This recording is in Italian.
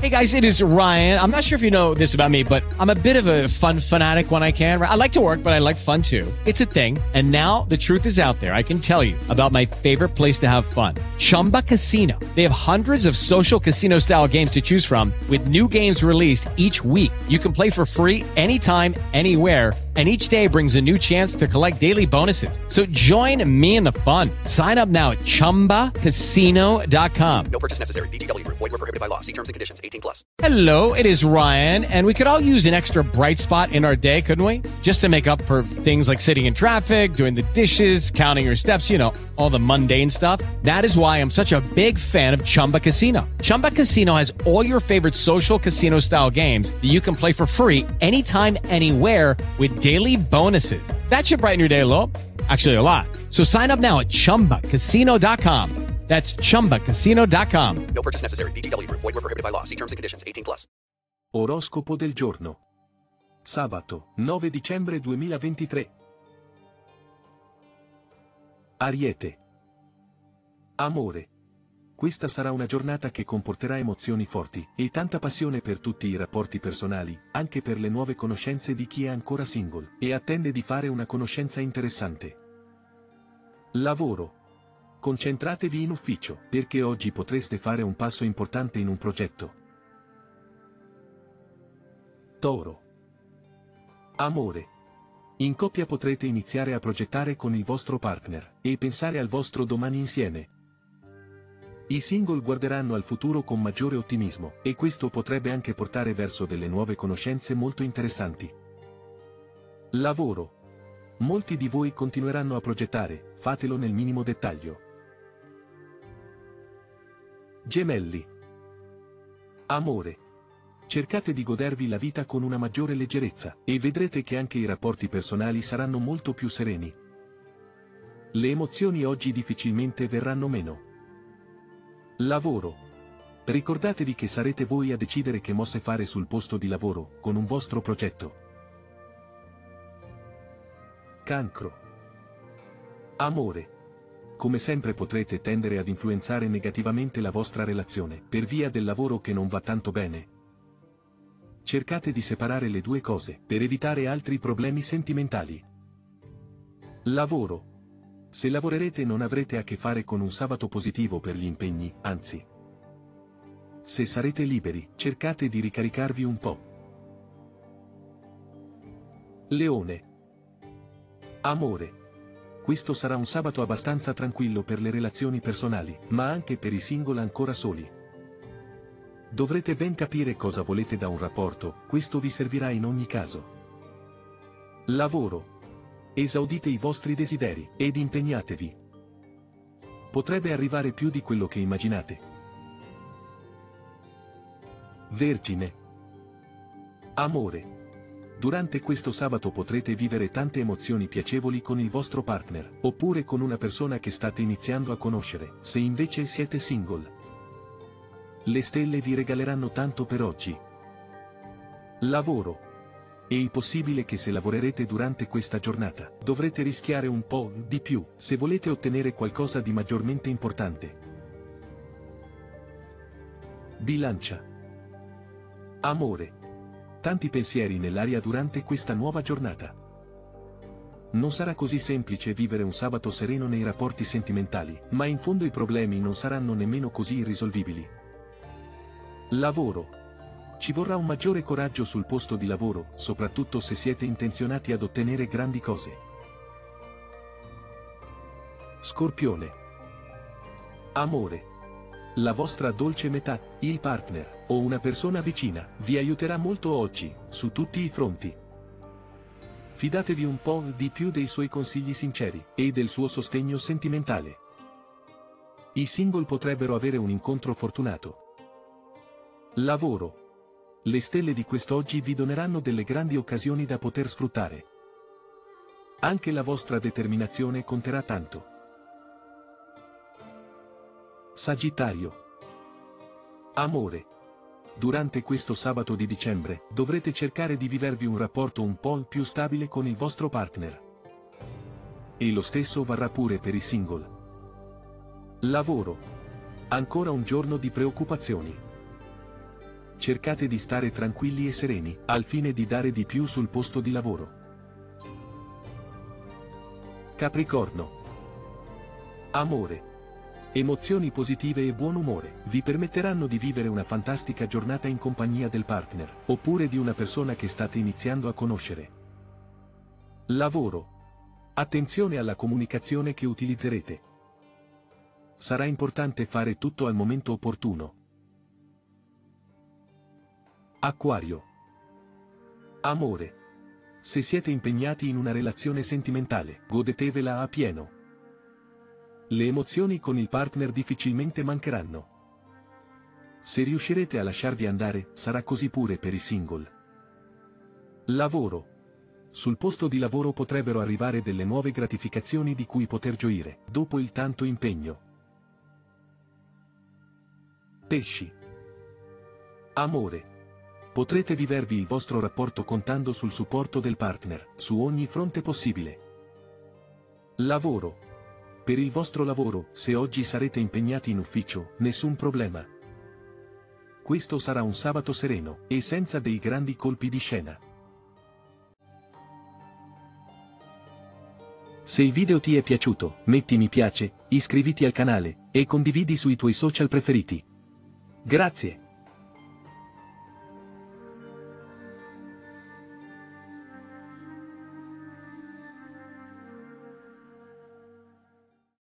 Hey guys, it is Ryan. I'm not sure if you know this about me, but I'm a bit of a fun fanatic when I can. I like to work, but I like fun too. It's a thing. And now the truth is out there. I can tell you about my favorite place to have fun. Chumba Casino. They have hundreds of social casino style games to choose from with new games released each week. You can play for free anytime, anywhere. And each day brings a new chance to collect daily bonuses. So join me in the fun. Sign up now at ChumbaCasino.com. No purchase necessary. VGW Group. Void where prohibited by law. See terms and conditions. 18+. Hello, it is Ryan, and we could all use an extra bright spot in our day, couldn't we? Just to make up for things like sitting in traffic, doing the dishes, counting your steps, you know, all the mundane stuff. That is why I'm such a big fan of Chumba Casino. Chumba Casino has all your favorite social casino-style games that you can play for free anytime, anywhere with daily bonuses. That should brighten your day a little. Actually, a lot. So sign up now at ChumbaCasino.com. That's ChumbaCasino.com. No purchase necessary. VGW Group. Void where prohibited by law. See terms and conditions. 18+. Oroscopo del giorno. Sabato, 9 dicembre 2023. Ariete. Amore. Questa sarà una giornata che comporterà emozioni forti e tanta passione per tutti i rapporti personali, anche per le nuove conoscenze di chi è ancora single e attende di fare una conoscenza interessante. Lavoro. Concentratevi in ufficio, perché oggi potreste fare un passo importante in un progetto. Toro. Amore. In coppia potrete iniziare a progettare con il vostro partner e pensare al vostro domani insieme. I single guarderanno al futuro con maggiore ottimismo, e questo potrebbe anche portare verso delle nuove conoscenze molto interessanti. Lavoro. Molti di voi continueranno a progettare, fatelo nel minimo dettaglio. Gemelli. Amore. Cercate di godervi la vita con una maggiore leggerezza, e vedrete che anche i rapporti personali saranno molto più sereni. Le emozioni oggi difficilmente verranno meno. Lavoro. Ricordatevi che sarete voi a decidere che mosse fare sul posto di lavoro, con un vostro progetto. Cancro. Amore. Come sempre potrete tendere ad influenzare negativamente la vostra relazione, per via del lavoro che non va tanto bene. Cercate di separare le due cose, per evitare altri problemi sentimentali. Lavoro. Se lavorerete non avrete a che fare con un sabato positivo per gli impegni, anzi. Se sarete liberi, cercate di ricaricarvi un po'. Leone. Amore. Questo sarà un sabato abbastanza tranquillo per le relazioni personali, ma anche per i single ancora soli. Dovrete ben capire cosa volete da un rapporto, questo vi servirà in ogni caso. Lavoro. Esaudite i vostri desideri, ed impegnatevi. Potrebbe arrivare più di quello che immaginate. Vergine. Amore. Durante questo sabato potrete vivere tante emozioni piacevoli con il vostro partner, oppure con una persona che state iniziando a conoscere, se invece siete single. Le stelle vi regaleranno tanto per oggi. Lavoro. È possibile che se lavorerete durante questa giornata, dovrete rischiare un po' di più, se volete ottenere qualcosa di maggiormente importante. Bilancia. Amore. Tanti pensieri nell'aria durante questa nuova giornata. Non sarà così semplice vivere un sabato sereno nei rapporti sentimentali, ma in fondo i problemi non saranno nemmeno così irrisolvibili. Lavoro. Ci vorrà un maggiore coraggio sul posto di lavoro, soprattutto se siete intenzionati ad ottenere grandi cose. Scorpione. Amore. La vostra dolce metà, il partner, o una persona vicina, vi aiuterà molto oggi, su tutti i fronti. Fidatevi un po' di più dei suoi consigli sinceri, e del suo sostegno sentimentale. I single potrebbero avere un incontro fortunato. Lavoro. Le stelle di quest'oggi vi doneranno delle grandi occasioni da poter sfruttare. Anche la vostra determinazione conterà tanto. Sagittario. Amore. Durante questo sabato di dicembre, dovrete cercare di vivervi un rapporto un po' più stabile con il vostro partner. E lo stesso varrà pure per i single. Lavoro. Ancora un giorno di preoccupazioni. Cercate di stare tranquilli e sereni, al fine di dare di più sul posto di lavoro. Capricorno. Amore. Emozioni positive e buon umore vi permetteranno di vivere una fantastica giornata in compagnia del partner, oppure di una persona che state iniziando a conoscere. Lavoro. Attenzione alla comunicazione che utilizzerete. Sarà importante fare tutto al momento opportuno. Acquario. Amore. Se siete impegnati in una relazione sentimentale, godetevela a pieno. Le emozioni con il partner difficilmente mancheranno. Se riuscirete a lasciarvi andare, sarà così pure per i single. Lavoro. Sul posto di lavoro potrebbero arrivare delle nuove gratificazioni di cui poter gioire, dopo il tanto impegno. Pesci. Amore. Potrete vivervi il vostro rapporto contando sul supporto del partner, su ogni fronte possibile. Lavoro. Per il vostro lavoro, se oggi sarete impegnati in ufficio, nessun problema. Questo sarà un sabato sereno, e senza dei grandi colpi di scena. Se il video ti è piaciuto, metti mi piace, iscriviti al canale, e condividi sui tuoi social preferiti. Grazie.